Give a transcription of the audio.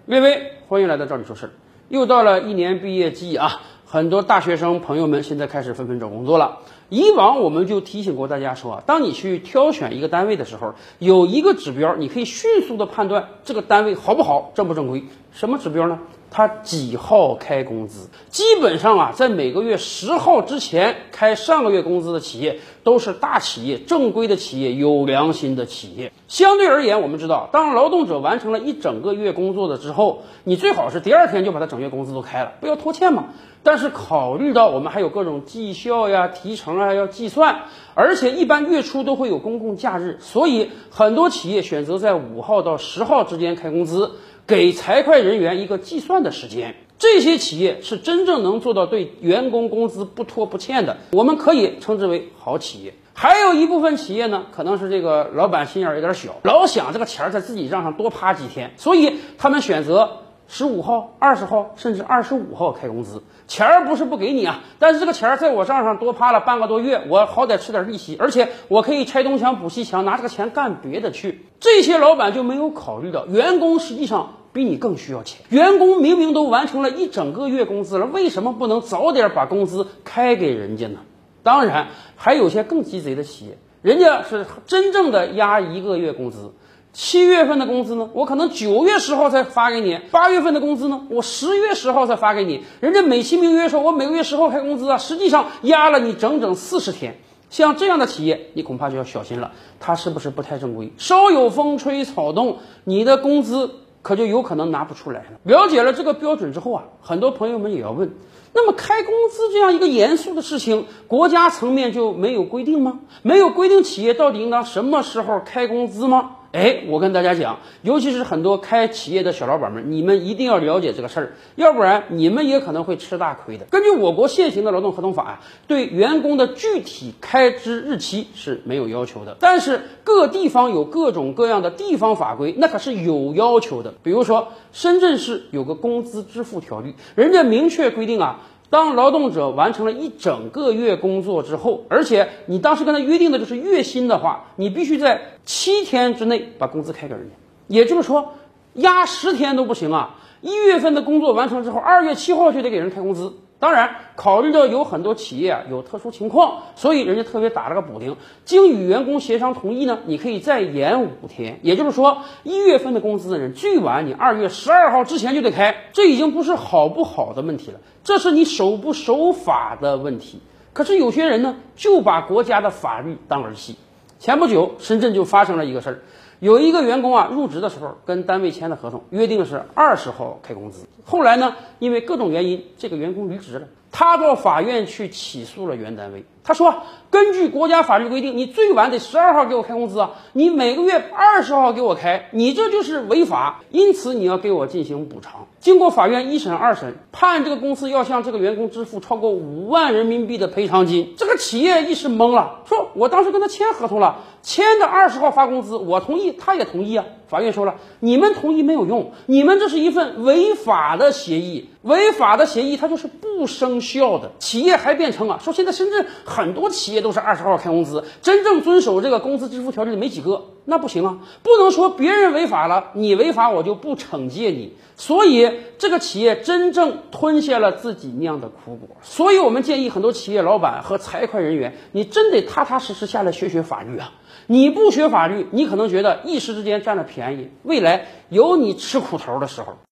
微微，欢迎来到这里说事儿。又到了一年毕业季啊，很多大学生朋友们现在开始纷纷找工作了。以往我们就提醒过大家说啊，当你去挑选一个单位的时候，有一个指标，你可以迅速的判断这个单位好不好，正不正规。什么指标呢？它几号开工资？基本上啊，在每个月10号之前开上个月工资的企业都是大企业、正规的企业、有良心的企业。相对而言，我们知道，当劳动者完成了一整个月工作的之后，你最好是第二天就把他整月工资都开了，不要拖欠嘛。但是考虑到我们还有各种绩效呀、提成啊要计算，而且一般月初都会有公共假日，所以很多企业选择在5号到10号之间开工资，给财会人员一个计算的时间。这些企业是真正能做到对员工工资不拖不欠的，我们可以称之为好企业。还有一部分企业呢，可能是这个老板心眼有点小，老想这个钱在自己账上多趴几天，所以他们选择15号、20号甚至25号开工资。钱儿不是不给你啊，但是这个钱儿在我账上多趴了半个多月，我好歹吃点利息，而且我可以拆东墙补西墙，拿这个钱干别的去。这些老板就没有考虑到员工实际上比你更需要钱，员工明明都完成了一整个月工资了，为什么不能早点把工资开给人家呢？当然还有些更鸡贼的企业，人家是真正的压1个月工资，7月份的工资呢，我可能9月10号才发给你；8月份的工资呢，我10月10号才发给你。人家美其名曰说我每个月10号开工资啊，实际上压了你整整40天。像这样的企业，你恐怕就要小心了，它是不是不太正规？稍有风吹草动，你的工资可就有可能拿不出来了。了解了这个标准之后啊，很多朋友们也要问，那么开工资这样一个严肃的事情，国家层面就没有规定吗？没有规定企业到底应当什么时候开工资吗？我跟大家讲，尤其是很多开企业的小老板们，你们一定要了解这个事儿，要不然你们也可能会吃大亏的。根据我国现行的劳动合同法啊，对员工的具体开支日期是没有要求的，但是各地方有各种各样的地方法规，那可是有要求的。比如说深圳市有个工资支付条例，人家明确规定啊，当劳动者完成了一整个月工作之后，而且你当时跟他约定的就是月薪的话，你必须在7天之内把工资开给人家。也就是说，压10天都不行啊！1月份的工作完成之后，2月7号就得给人开工资。当然，考虑到有很多企业有特殊情况，所以人家特别打了个补丁，经与员工协商同意呢，你可以再延5天。也就是说，1月份的工资的人，最晚你2月12号之前就得开。这已经不是好不好的问题了，这是你守不守法的问题。可是有些人呢，就把国家的法律当儿戏。前不久，深圳就发生了一个事儿，有一个员工啊，入职的时候跟单位签的合同约定是20号开工资，后来呢，因为各种原因，这个员工离职了，他到法院去起诉了原单位。他说，根据国家法律规定，你最晚得12号给我开工资啊，你每个月20号给我开，你这就是违法，因此你要给我进行补偿。经过法院1审2审，判这个公司要向这个员工支付超过5万人民币的赔偿金。这个企业一时懵了，说我当时跟他签合同了，签的20号发工资，我同意，他也同意啊。法院说了，你们同意没有用，你们这是一份违法的协议，违法的协议它就是不生效的。企业还辩称啊，说现在深圳很多企业都是20号开工资，真正遵守这个工资支付条例的没几个。那不行啊，不能说别人违法了，你违法我就不惩戒你。所以这个企业真正吞下了自己酿的苦果。所以我们建议很多企业老板和财会人员，你真得踏踏实实下来学学法律啊！你不学法律，你可能觉得一时之间占了便宜，未来有你吃苦头的时候。